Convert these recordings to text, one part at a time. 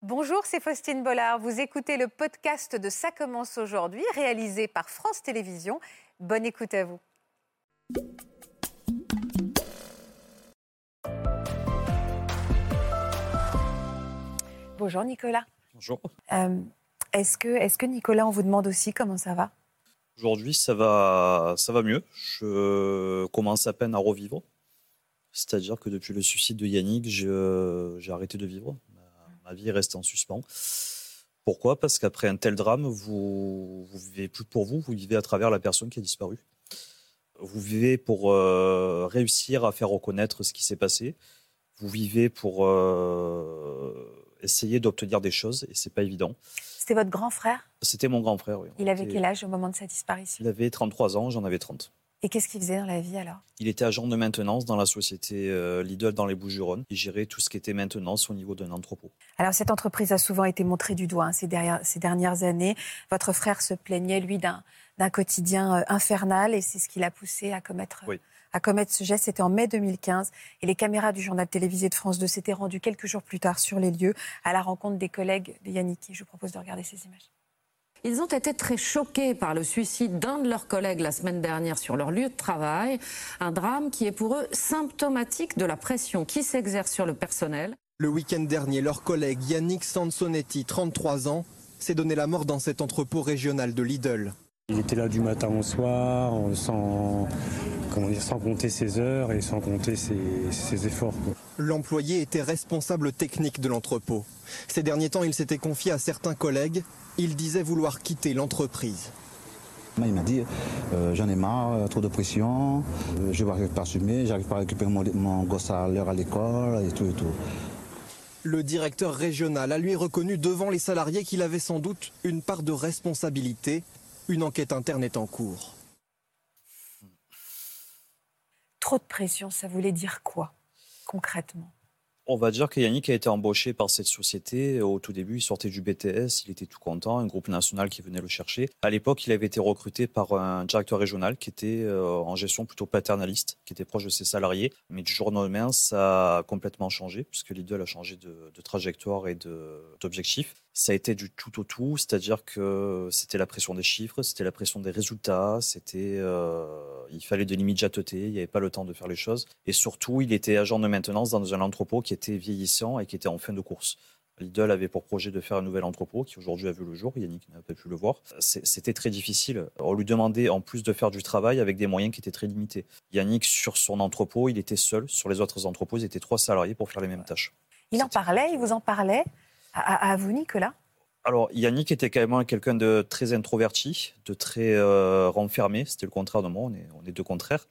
Bonjour, c'est Faustine Bollard. Vous écoutez le podcast de Ça commence aujourd'hui, réalisé par France Télévisions. Bonne écoute à vous. Bonjour Nicolas. Bonjour. Est-ce que Nicolas, on vous demande aussi comment ça va ? Aujourd'hui, ça va mieux. Je commence à peine à revivre. C'est-à-dire que depuis le suicide de Yannick, j'ai arrêté de vivre. Ma vie est restée en suspens. Pourquoi ? Parce qu'après un tel drame, vous vivez plus pour vous vivez à travers la personne qui a disparu. Vous vivez pour réussir à faire reconnaître ce qui s'est passé. Vous vivez pour essayer d'obtenir des choses, et c'est pas évident. C'était votre grand frère ? C'était mon grand frère, oui. Il avait quel âge au moment de sa disparition ? Il avait 33 ans, j'en avais 30. Et qu'est-ce qu'il faisait dans la vie alors ? Il était agent de maintenance dans la société Lidl dans les Bouches-du-Rhône. Il gérait tout ce qui était maintenance au niveau d'un entrepôt. Alors cette entreprise a souvent été montrée du doigt ces dernières années. Votre frère se plaignait, lui, d'un quotidien infernal, et c'est ce qui l'a poussé à commettre ce geste. C'était en mai 2015, et les caméras du journal télévisé de France 2 s'étaient rendues quelques jours plus tard sur les lieux à la rencontre des collègues de Yannick. Je vous propose de regarder ces images. Ils ont été très choqués par le suicide d'un de leurs collègues la semaine dernière sur leur lieu de travail. Un drame qui est pour eux symptomatique de la pression qui s'exerce sur le personnel. Le week-end dernier, leur collègue Yannick Sansonetti, 33 ans, s'est donné la mort dans cet entrepôt régional de Lidl. Il était là du matin au soir, sans compter ses heures et sans compter ses efforts. L'employé était responsable technique de l'entrepôt. Ces derniers temps, il s'était confié à certains collègues. Il disait vouloir quitter l'entreprise. Il m'a dit j'en ai marre, trop de pression, je n'arrive pas à assumer, j'arrive pas à récupérer mon gosse à l'heure à l'école et tout et tout. Le directeur régional a lui reconnu devant les salariés qu'il avait sans doute une part de responsabilité. Une enquête interne est en cours. Trop de pression, ça voulait dire quoi, concrètement ? On va dire que Yannick a été embauché par cette société. Au tout début, il sortait du BTS, il était tout content, un groupe national qui venait le chercher. À l'époque, il avait été recruté par un directeur régional qui était en gestion plutôt paternaliste, qui était proche de ses salariés. Mais du jour au lendemain, ça a complètement changé, puisque Lidl a changé de trajectoire et d'objectif. Ça a été du tout au tout, c'est-à-dire que c'était la pression des chiffres, c'était la pression des résultats, il fallait de l'immédiateté, il n'y avait pas le temps de faire les choses. Et surtout, il était agent de maintenance dans un entrepôt qui était vieillissant et qui était en fin de course. Lidl avait pour projet de faire un nouvel entrepôt qui aujourd'hui a vu le jour. Yannick n'a pas pu le voir. C'était très difficile. On lui demandait en plus de faire du travail avec des moyens qui étaient très limités. Yannick, sur son entrepôt, il était seul. Sur les autres entrepôts, ils étaient 3 salariés pour faire les mêmes tâches. Il vous en parlait à vous, Nicolas ? Alors, Yannick était quand même quelqu'un de très introverti, de très renfermé. C'était le contraire de moi, on est deux contraires.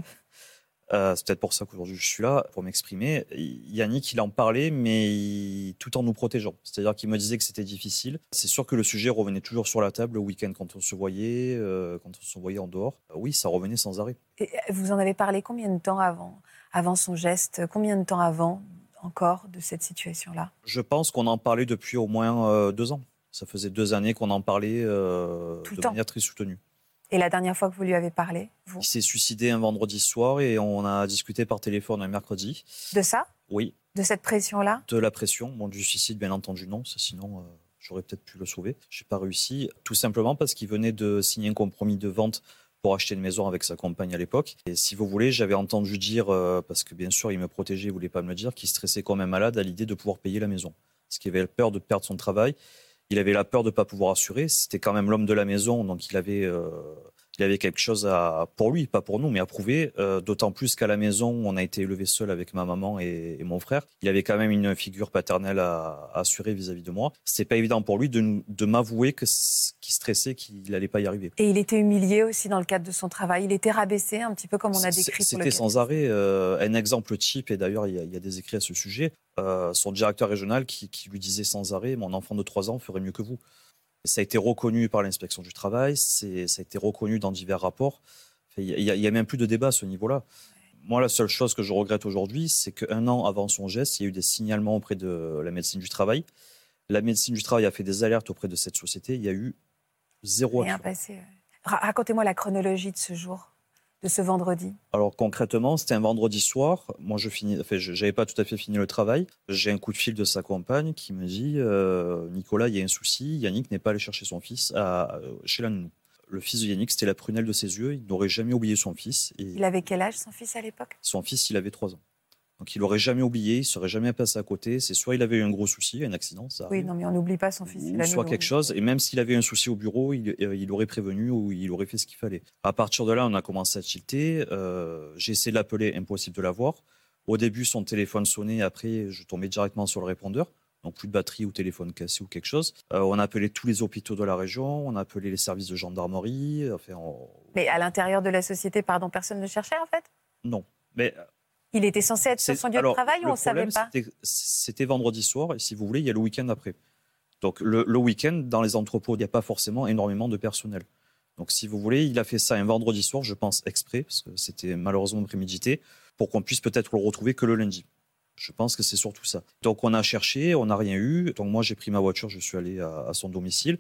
C'est peut-être pour ça qu'aujourd'hui je suis là, pour m'exprimer. Yannick, il en parlait, mais tout en nous protégeant. C'est-à-dire qu'il me disait que c'était difficile. C'est sûr que le sujet revenait toujours sur la table le week-end quand on se voyait en dehors. Oui, ça revenait sans arrêt. Et vous en avez parlé combien de temps avant son geste ? Combien de temps avant encore de cette situation-là ? Je pense qu'on en parlait depuis au moins 2 ans. Ça faisait 2 années qu'on en parlait de manière très soutenue. Et la dernière fois que vous lui avez parlé, vous ? Il s'est suicidé un vendredi soir et on a discuté par téléphone un mercredi. De ça ? Oui. De cette pression-là ? De la pression. Bon, du suicide, bien entendu, non. Sinon, j'aurais peut-être pu le sauver. Je n'ai pas réussi. Tout simplement parce qu'il venait de signer un compromis de vente pour acheter une maison avec sa compagne à l'époque. Et si vous voulez, j'avais entendu dire, parce que bien sûr, il me protégeait, il ne voulait pas me le dire, qu'il stressait comme un malade à l'idée de pouvoir payer la maison. Parce qu'il avait peur de perdre son travail. Il avait la peur de ne pas pouvoir assurer. C'était quand même l'homme de la maison, donc il avait quelque chose pour lui, pas pour nous, mais à prouver. D'autant plus qu'à la maison, on a été élevé seul avec ma maman et mon frère. Il avait quand même une figure paternelle à assurer vis-à-vis de moi. C'est pas évident pour lui de m'avouer qu'il stressait, qu'il n'allait pas y arriver. Et il était humilié aussi dans le cadre de son travail. Il était rabaissé, un petit peu comme on a décrit. C'était sans arrêt. Un exemple type, et d'ailleurs, il y a des écrits à ce sujet. Son directeur régional qui lui disait sans arrêt « Mon enfant de 3 ans ferait mieux que vous ». Ça a été reconnu par l'inspection du travail, ça a été reconnu dans divers rapports. Il y a même plus de débat à ce niveau-là. Moi, la seule chose que je regrette aujourd'hui, c'est qu'1 an avant son geste, il y a eu des signalements auprès de la médecine du travail. La médecine du travail a fait des alertes auprès de cette société. Il y a eu 0 action. Rien passé. Racontez-moi la chronologie de ce jour de ce vendredi? Alors concrètement, c'était un vendredi soir. Moi, je n'avais pas tout à fait fini le travail. J'ai un coup de fil de sa compagne qui me dit Nicolas, il y a un souci. Yannick n'est pas allé chercher son fils chez la nounou. Le fils de Yannick, c'était la prunelle de ses yeux. Il n'aurait jamais oublié son fils. Et il avait quel âge, son fils, à l'époque? Son fils, il avait 3 ans. Donc il n'aurait jamais oublié, il ne serait jamais passé à côté. C'est soit il avait eu un gros souci, un accident, ça arrive. Oui, non, mais on n'oublie pas son fils. Ou soit quelque chose. Et même s'il avait un souci au bureau, il aurait prévenu ou il aurait fait ce qu'il fallait. À partir de là, on a commencé à tilter. J'ai essayé de l'appeler, impossible de l'avoir. Au début, son téléphone sonnait. Après, je tombais directement sur le répondeur. Donc plus de batterie ou téléphone cassé ou quelque chose. On a appelé tous les hôpitaux de la région, on a appelé les services de gendarmerie. Mais à l'intérieur de la société, personne ne cherchait en fait? Non. Mais il était censé être sur son lieu de travail ou on ne savait pas? C'était vendredi soir et si vous voulez, il y a le week-end après. Donc le week-end, dans les entrepôts, il n'y a pas forcément énormément de personnel. Donc si vous voulez, il a fait ça un vendredi soir, je pense exprès, parce que c'était malheureusement prémédité, pour qu'on puisse peut-être le retrouver que le lundi. Je pense que c'est surtout ça. Donc on a cherché, on n'a rien eu. Donc moi j'ai pris ma voiture, je suis allé à son domicile.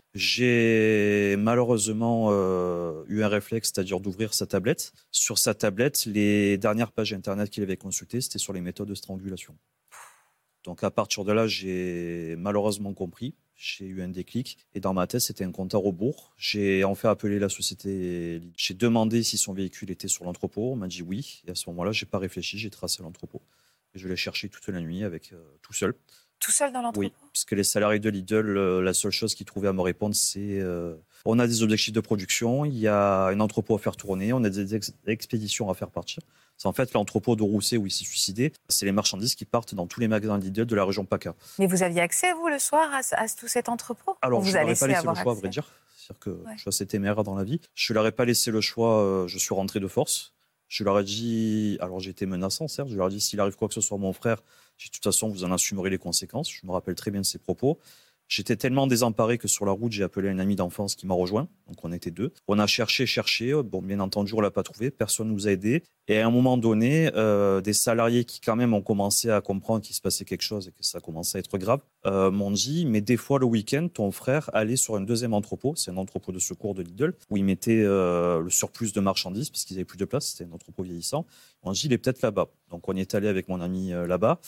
J'ai malheureusement eu un réflexe, c'est-à-dire d'ouvrir sa tablette. Sur sa tablette, les dernières pages internet qu'il avait consultées, c'était sur les méthodes de strangulation. Donc à partir de là, j'ai malheureusement compris. J'ai eu un déclic et dans ma tête, c'était un compte à rebours. J'ai enfin appelé la société. J'ai demandé si son véhicule était sur l'entrepôt. On m'a dit oui. Et à ce moment-là, j'ai pas réfléchi, j'ai tracé l'entrepôt. Et je l'ai cherché toute la nuit tout seul. Tout seul dans l'entrepôt? Oui, parce que les salariés de Lidl, la seule chose qu'ils trouvaient à me répondre, c'est on a des objectifs de production, il y a un entrepôt à faire tourner, on a des expéditions à faire partir. C'est en fait l'entrepôt de Rousset où il s'est suicidé. C'est les marchandises qui partent dans tous les magasins Lidl de la région PACA. Mais vous aviez accès, vous, le soir, à tout cet entrepôt? Alors, je ne leur ai pas laissé le choix, accès, à vrai dire. C'est-à-dire que je suis assez téméraire dans la vie. Je ne leur ai pas laissé le choix, je suis rentré de force. Je leur ai dit, alors j'ai été menaçant, certes, je leur ai dit s'il arrive quoi que ce soit à mon frère, de toute façon, vous en assumerez les conséquences. Je me rappelle très bien de ses propos. J'étais tellement désemparé que sur la route, j'ai appelé un ami d'enfance qui m'a rejoint. Donc, on était 2. On a cherché. Bon, bien entendu, on ne l'a pas trouvé. Personne ne nous a aidés. Et à un moment donné, des salariés qui, quand même, ont commencé à comprendre qu'il se passait quelque chose et que ça commençait à être grave, m'ont dit, mais des fois, le week-end, ton frère allait sur un deuxième entrepôt. C'est un entrepôt de secours de Lidl, où il mettait le surplus de marchandises parce qu'ils n'avaient plus de place. C'était un entrepôt vieillissant. On dit, il est peut-être là-bas. Donc, on y est allé avec mon ami là-bas.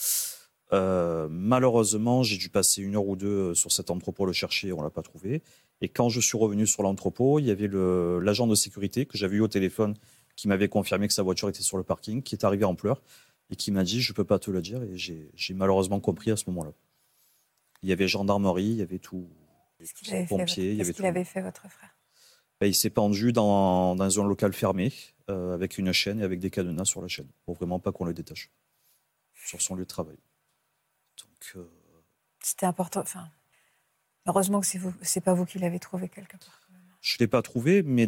Malheureusement, j'ai dû passer 1 heure ou 2 sur cet entrepôt le chercher, on l'a pas trouvé. Et quand je suis revenu sur l'entrepôt, il y avait l'agent de sécurité que j'avais eu au téléphone qui m'avait confirmé que sa voiture était sur le parking, qui est arrivé en pleurs et qui m'a dit « je peux pas te le dire ». Et j'ai malheureusement compris à ce moment-là. Il y avait gendarmerie, il y avait tout. Pompiers, Qu'est-ce qu'il avait fait, votre frère? Il s'est pendu dans un local fermé avec une chaîne et avec des cadenas sur la chaîne pour vraiment pas qu'on le détache sur son lieu de travail. Donc, c'était important. Heureusement que c'est pas vous qui l'avez trouvé quelque part. Je l'ai pas trouvé, mais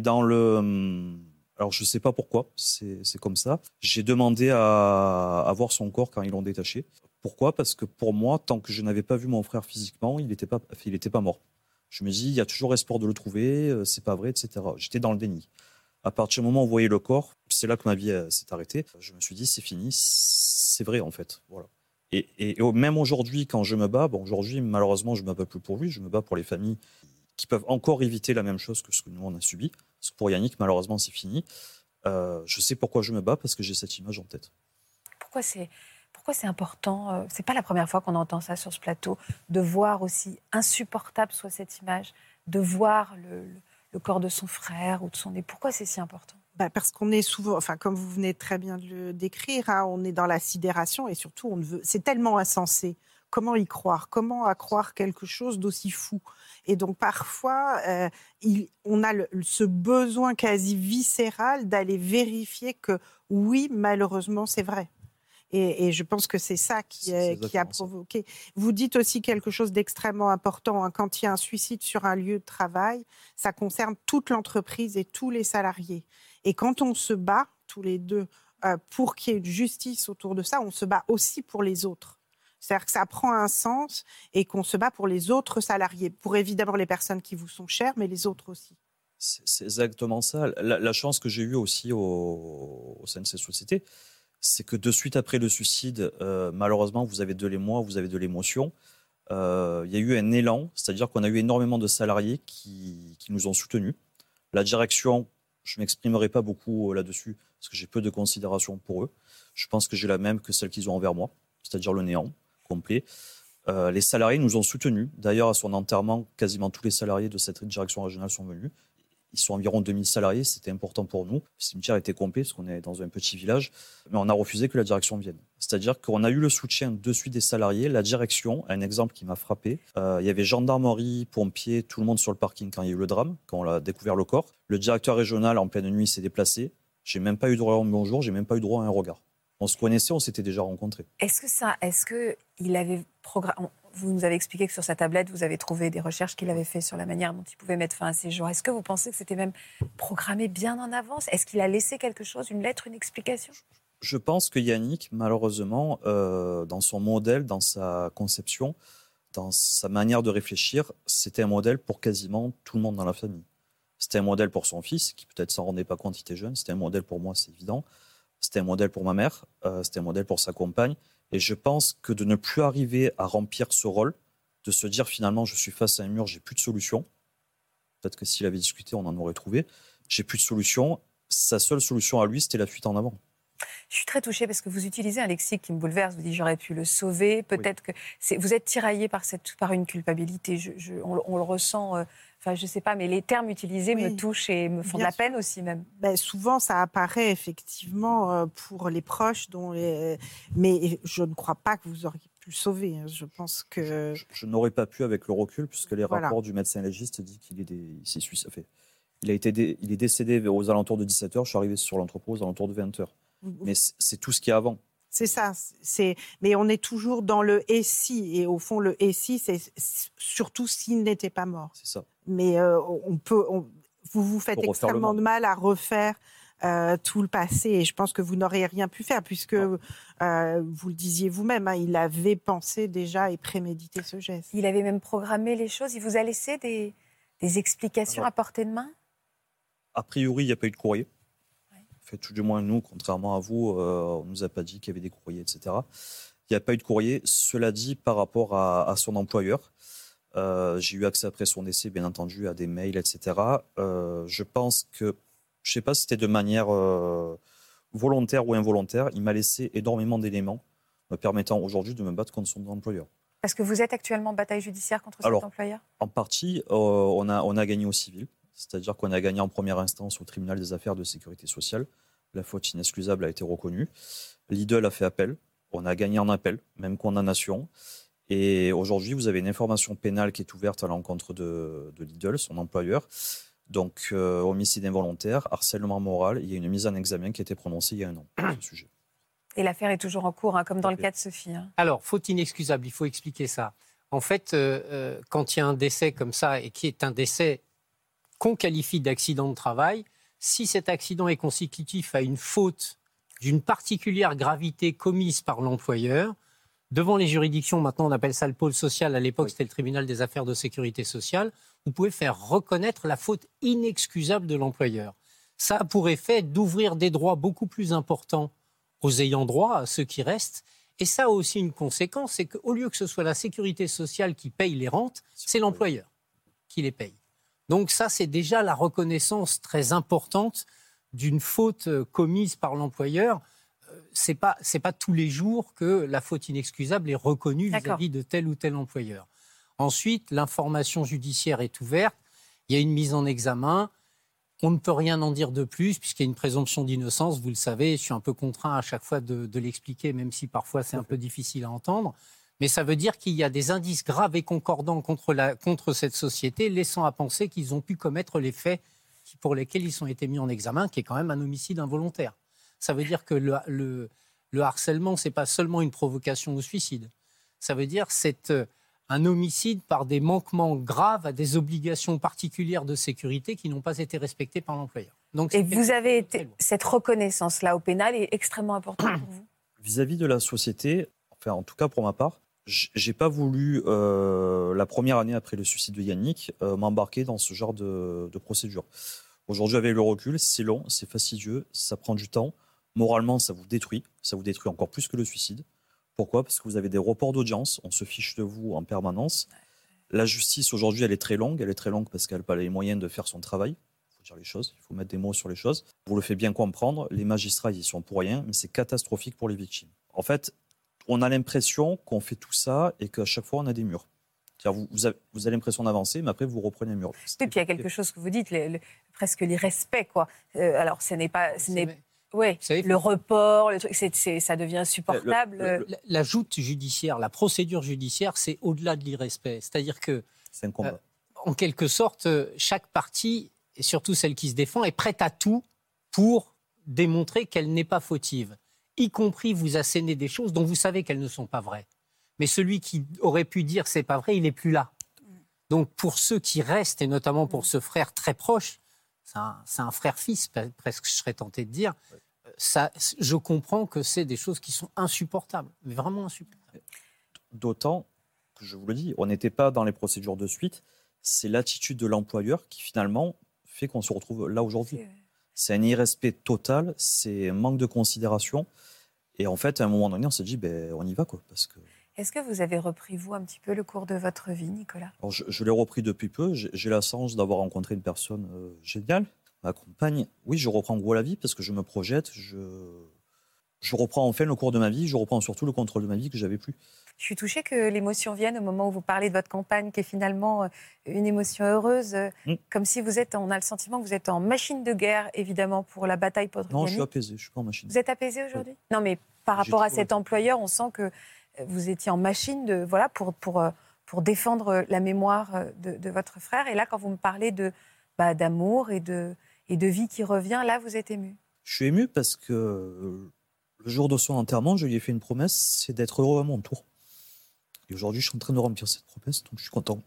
alors je sais pas pourquoi, c'est comme ça. J'ai demandé à voir son corps quand ils l'ont détaché. Pourquoi? Parce que pour moi, tant que je n'avais pas vu mon frère physiquement, il était pas mort. Je me dis, il y a toujours espoir de le trouver, c'est pas vrai, etc. J'étais dans le déni. À partir du moment où on voyait le corps, c'est là que ma vie s'est arrêtée. Je me suis dit, c'est fini, c'est vrai en fait. Voilà. Et même aujourd'hui, quand je me bats, aujourd'hui, malheureusement, je ne me bats plus pour lui, je me bats pour les familles qui peuvent encore éviter la même chose que ce que nous, on a subi. Parce que pour Yannick, malheureusement, c'est fini. Je sais pourquoi je me bats, parce que j'ai cette image en tête. Pourquoi c'est important, c'est pas la première fois qu'on entend ça sur ce plateau, de voir aussi insupportable soit cette image, de voir le corps de son frère ou de son époux. Pourquoi c'est si important? Parce qu'on est souvent, comme vous venez très bien de le décrire, on est dans la sidération et surtout, c'est tellement insensé. Comment y croire? Comment croire quelque chose d'aussi fou? Et donc, parfois, on a ce besoin quasi viscéral d'aller vérifier que, oui, malheureusement, c'est vrai. Et je pense que c'est ça qui a provoqué. Vous dites aussi quelque chose d'extrêmement important. Quand il y a un suicide sur un lieu de travail, ça concerne toute l'entreprise et tous les salariés. Et quand on se bat, tous les deux, pour qu'il y ait une justice autour de ça, on se bat aussi pour les autres. C'est-à-dire que ça prend un sens et qu'on se bat pour les autres salariés, pour évidemment les personnes qui vous sont chères, mais les autres aussi. C'est exactement ça. La chance que j'ai eue aussi au sein de cette société, c'est que de suite après le suicide, malheureusement, vous avez de l'émoi, vous avez de l'émotion. Il y a eu un élan, c'est-à-dire qu'on a eu énormément de salariés qui nous ont soutenus. La direction je ne m'exprimerai pas beaucoup là-dessus parce que j'ai peu de considération pour eux. Je pense que j'ai la même que celle qu'ils ont envers moi, c'est-à-dire le néant complet. Les salariés nous ont soutenus. D'ailleurs, à son enterrement, quasiment tous les salariés de cette direction régionale sont venus. Ils sont environ 2000 salariés, c'était important pour nous. Le cimetière était complet parce qu'on est dans un petit village, mais on a refusé que la direction vienne. C'est-à-dire qu'on a eu le soutien de suite des salariés. La direction, un exemple qui m'a frappé, il y avait gendarmerie, pompiers, tout le monde sur le parking quand il y a eu le drame, quand on a découvert le corps. Le directeur régional, en pleine nuit, s'est déplacé. J'ai même pas eu droit à un bonjour, j'ai même pas eu droit à un regard. On se connaissait, on s'était déjà rencontrés. Est-ce qu'il avait programmé... Vous nous avez expliqué que sur sa tablette, vous avez trouvé des recherches qu'il avait fait sur la manière dont il pouvait mettre fin à ses jours. Est-ce que vous pensez que c'était même programmé bien en avance ? Est-ce qu'il a laissé quelque chose, une lettre, une explication ? Je pense que Yannick, malheureusement, dans son modèle, dans sa conception, dans sa manière de réfléchir, c'était un modèle pour quasiment tout le monde dans la famille. C'était un modèle pour son fils, qui peut-être s'en rendait pas compte, il était jeune. C'était un modèle pour moi, c'est évident. C'était un modèle pour ma mère. C'était un modèle pour sa compagne. Et je pense que de ne plus arriver à remplir ce rôle, de se dire finalement je suis face à un mur, j'ai plus de solution. Peut-être que s'il avait discuté, on en aurait trouvé. J'ai plus de solution. Sa seule solution à lui, c'était la fuite en avant. Je suis très touchée parce que vous utilisez un lexique qui me bouleverse. Vous dites j'aurais pu le sauver. Peut-être que vous êtes tiraillé par une culpabilité. On le ressent. Enfin, je ne sais pas, mais les termes utilisés me touchent et me font de la peine aussi même. Souvent, ça apparaît effectivement pour les proches, mais je ne crois pas que vous auriez pu le sauver. Je pense que... Je n'aurais pas pu avec le recul, puisque les rapports du médecin légiste disent qu'il s'est suicidé. Il est décédé aux alentours de 17h, je suis arrivé sur l'entrepôt aux alentours de 20h. Mais c'est tout ce qu'il y a avant. C'est ça. Mais on est toujours dans le « et si ». Et au fond, le « et si », c'est surtout s'il n'était pas mort. C'est ça. Mais vous faites extrêmement de mal à refaire tout le passé. Et je pense que vous n'auriez rien pu faire, puisque vous le disiez vous-même, il avait pensé déjà et prémédité ce geste. Il avait même programmé les choses. Il vous a laissé des explications à portée de main ? A priori, il n'y a pas eu de courrier. Tout du moins, nous, contrairement à vous, on ne nous a pas dit qu'il y avait des courriers, etc. Il n'y a pas eu de courrier. Cela dit, par rapport à son employeur, j'ai eu accès après son décès, bien entendu, à des mails, etc. Je pense que, je ne sais pas si c'était de manière volontaire ou involontaire, il m'a laissé énormément d'éléments me permettant aujourd'hui de me battre contre son employeur. Parce que vous êtes actuellement en bataille judiciaire contre cet employeur ? En partie, on a gagné au civil. C'est-à-dire qu'on a gagné en première instance au tribunal des affaires de sécurité sociale. La faute inexcusable a été reconnue. Lidl a fait appel. On a gagné en appel, même condamnation. Et aujourd'hui, vous avez une information pénale qui est ouverte à l'encontre de Lidl, son employeur. Donc, homicide involontaire, harcèlement moral. Il y a une mise en examen qui a été prononcée il y a 1 an sur ce sujet. Et l'affaire est toujours en cours, comme dans le cas de Sophie. Alors, faute inexcusable, il faut expliquer ça. En fait, quand il y a un décès comme ça, et qui est un décès qu'on qualifie d'accident de travail, si cet accident est consécutif à une faute d'une particulière gravité commise par l'employeur, devant les juridictions, maintenant on appelle ça le pôle social, à l'époque c'était le tribunal des affaires de sécurité sociale, vous pouvez faire reconnaître la faute inexcusable de l'employeur. Ça a pour effet d'ouvrir des droits beaucoup plus importants aux ayants droit, à ceux qui restent, et ça a aussi une conséquence, c'est qu'au lieu que ce soit la sécurité sociale qui paye les rentes, c'est l'employeur qui les paye. Donc ça, c'est déjà la reconnaissance très importante d'une faute commise par l'employeur. C'est pas tous les jours que la faute inexcusable est reconnue vis-à-vis de tel ou tel employeur. Ensuite, l'information judiciaire est ouverte. Il y a une mise en examen. On ne peut rien en dire de plus puisqu'il y a une présomption d'innocence. Vous le savez, je suis un peu contraint à chaque fois de l'expliquer, même si parfois c'est un peu difficile à entendre. Mais ça veut dire qu'il y a des indices graves et concordants contre cette société, laissant à penser qu'ils ont pu commettre les faits pour lesquels ils ont été mis en examen, qui est quand même un homicide involontaire. Ça veut dire que le harcèlement, ce n'est pas seulement une provocation au suicide. Ça veut dire que c'est un homicide par des manquements graves à des obligations particulières de sécurité qui n'ont pas été respectées par l'employeur. Donc, et vous avez été, cette reconnaissance-là au pénal est extrêmement importante pour vous ? Vis-à-vis de la société, enfin en tout cas pour ma part, j'ai pas voulu, la première année après le suicide de Yannick, m'embarquer dans ce genre de procédure. Aujourd'hui, avec le recul, c'est long, c'est fastidieux, ça prend du temps. Moralement, ça vous détruit encore plus que le suicide. Pourquoi ? Parce que vous avez des reports d'audience, on se fiche de vous en permanence. La justice, aujourd'hui, elle est très longue parce qu'elle n'a pas les moyens de faire son travail. Il faut dire les choses, il faut mettre des mots sur les choses. Vous le faites bien comprendre, les magistrats, ils y sont pour rien, mais c'est catastrophique pour les victimes. En fait, on a l'impression qu'on fait tout ça et qu'à chaque fois, on a des murs. C'est-à-dire, vous avez l'impression d'avancer, mais après, vous reprenez un mur. Et puis, il y a quelque chose que vous dites, presque l'irrespect, quoi. Alors, ce n'est pas... Oui, le report, le truc, ça devient insupportable. La joute judiciaire, la procédure judiciaire, c'est au-delà de l'irrespect. C'est-à-dire que, c'est un combat. En quelque sorte, chaque partie, et surtout celle qui se défend, est prête à tout pour démontrer qu'elle n'est pas fautive, y compris vous asséner des choses dont vous savez qu'elles ne sont pas vraies. Mais celui qui aurait pu dire c'est pas vrai, il n'est plus là. Donc pour ceux qui restent, et notamment pour ce frère très proche, c'est un frère-fils, presque je serais tenté de dire, ça, je comprends que c'est des choses qui sont insupportables, mais vraiment insupportables. D'autant que, je vous le dis, on n'était pas dans les procédures de suite, c'est l'attitude de l'employeur qui finalement fait qu'on se retrouve là aujourd'hui. C'est un irrespect total, c'est un manque de considération. Et en fait, à un moment donné, on s'est dit, on y va, quoi. Parce que... Est-ce que vous avez repris, vous, un petit peu le cours de votre vie, Nicolas ? Alors, je l'ai repris depuis peu. J'ai la chance d'avoir rencontré une personne géniale, ma compagne. Oui, je reprends gros la vie parce que je me projette. Je reprends enfin le cours de ma vie. Je reprends surtout le contrôle de ma vie que j'avais plus. Je suis touchée que l'émotion vienne au moment où vous parlez de votre compagne, qui est finalement une émotion heureuse. Comme si on a le sentiment que vous êtes en machine de guerre, évidemment, pour la bataille Podriani. Non, je suis apaisé. Je suis pas en machine. Vous êtes apaisé aujourd'hui ? Oui. Non, mais par rapport à cet employeur, on sent que vous étiez en machine pour défendre la mémoire de votre frère. Et là, quand vous me parlez d'amour et de vie qui revient, là, vous êtes ému. Je suis ému parce que le jour de son enterrement, je lui ai fait une promesse, c'est d'être heureux à mon tour. Et aujourd'hui, je suis en train de remplir cette promesse, donc je suis content.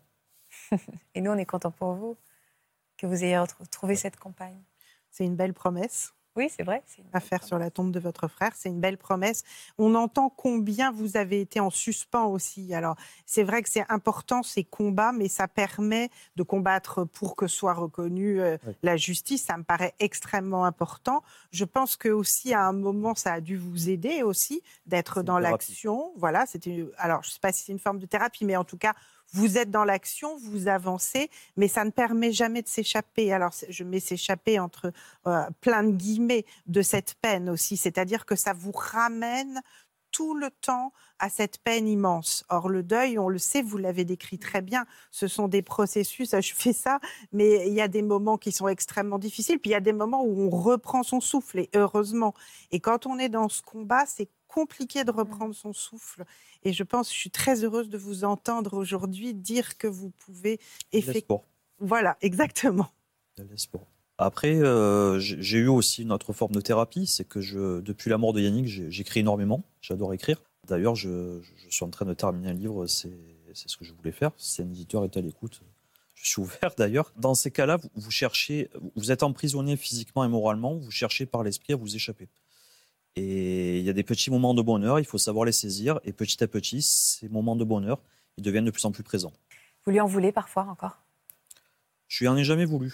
Et nous, on est contents pour vous que vous ayez retrouvé cette compagne. C'est une belle promesse. Oui, c'est vrai. À faire sur la tombe de votre frère, c'est une belle promesse. On entend combien vous avez été en suspens aussi. Alors, c'est vrai que c'est important ces combats, mais ça permet de combattre pour que soit reconnue la justice. Ça me paraît extrêmement important. Je pense que aussi à un moment, ça a dû vous aider aussi d'être dans l'action. Voilà, alors je ne sais pas si c'est une forme de thérapie, mais en tout cas, vous êtes dans l'action, vous avancez, mais ça ne permet jamais de s'échapper. Alors, je mets s'échapper entre plein de guillemets de cette peine aussi. C'est-à-dire que ça vous ramène tout le temps à cette peine immense. Or, le deuil, on le sait, vous l'avez décrit très bien, ce sont des processus, je fais ça, mais il y a des moments qui sont extrêmement difficiles, puis il y a des moments où on reprend son souffle, et heureusement. Et quand on est dans ce combat, c'est compliqué de reprendre son souffle. Et je suis très heureuse de vous entendre aujourd'hui dire que vous pouvez effectivement. Voilà, exactement. Après, j'ai eu aussi une autre forme de thérapie, c'est que depuis la mort de Yannick, j'écris énormément, j'adore écrire. D'ailleurs, je suis en train de terminer un livre, c'est ce que je voulais faire. Si un éditeur est à l'écoute, je suis ouvert d'ailleurs. Dans ces cas-là, vous êtes emprisonné physiquement et moralement, vous cherchez par l'esprit à vous échapper. Et il y a des petits moments de bonheur, il faut savoir les saisir. Et petit à petit, ces moments de bonheur, ils deviennent de plus en plus présents. Vous lui en voulez parfois encore ? Je lui en ai jamais voulu.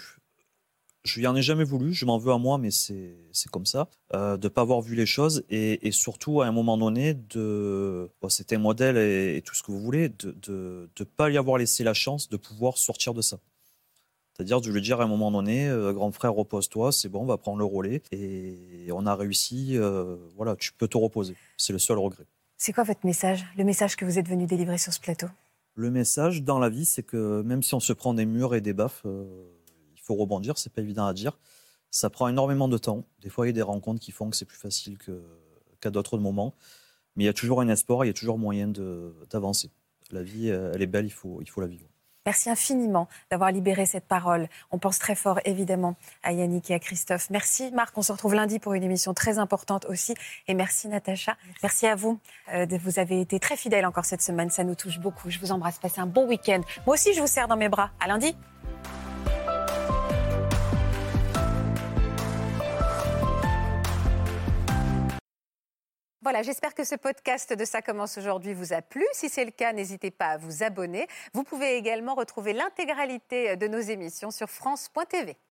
Je m'en veux à moi, mais c'est comme ça. De ne pas avoir vu les choses et surtout, à un moment donné, c'était un modèle et tout ce que vous voulez, de ne pas lui avoir laissé la chance de pouvoir sortir de ça. C'est-à-dire de lui dire à un moment donné, grand frère, repose-toi, c'est bon, on va prendre le relais. Et on a réussi, voilà, tu peux te reposer. C'est le seul regret. C'est quoi votre message, le message que vous êtes venu délivrer sur ce plateau ? Le message dans la vie, c'est que même si on se prend des murs et des baffes, il faut rebondir, c'est pas évident à dire. Ça prend énormément de temps. Des fois, il y a des rencontres qui font que c'est plus facile qu'à d'autres moments. Mais il y a toujours un espoir, il y a toujours moyen d'avancer. La vie, elle est belle, il faut la vivre. Merci infiniment d'avoir libéré cette parole. On pense très fort, évidemment, à Yannick et à Christophe. Merci, Marc. On se retrouve lundi pour une émission très importante aussi. Et merci, Natacha. Merci à vous. Vous avez été très fidèles encore cette semaine. Ça nous touche beaucoup. Je vous embrasse. Passez un bon week-end. Moi aussi, je vous serre dans mes bras. À lundi. Voilà, j'espère que ce podcast de Ça commence aujourd'hui vous a plu. Si c'est le cas, n'hésitez pas à vous abonner. Vous pouvez également retrouver l'intégralité de nos émissions sur France.tv.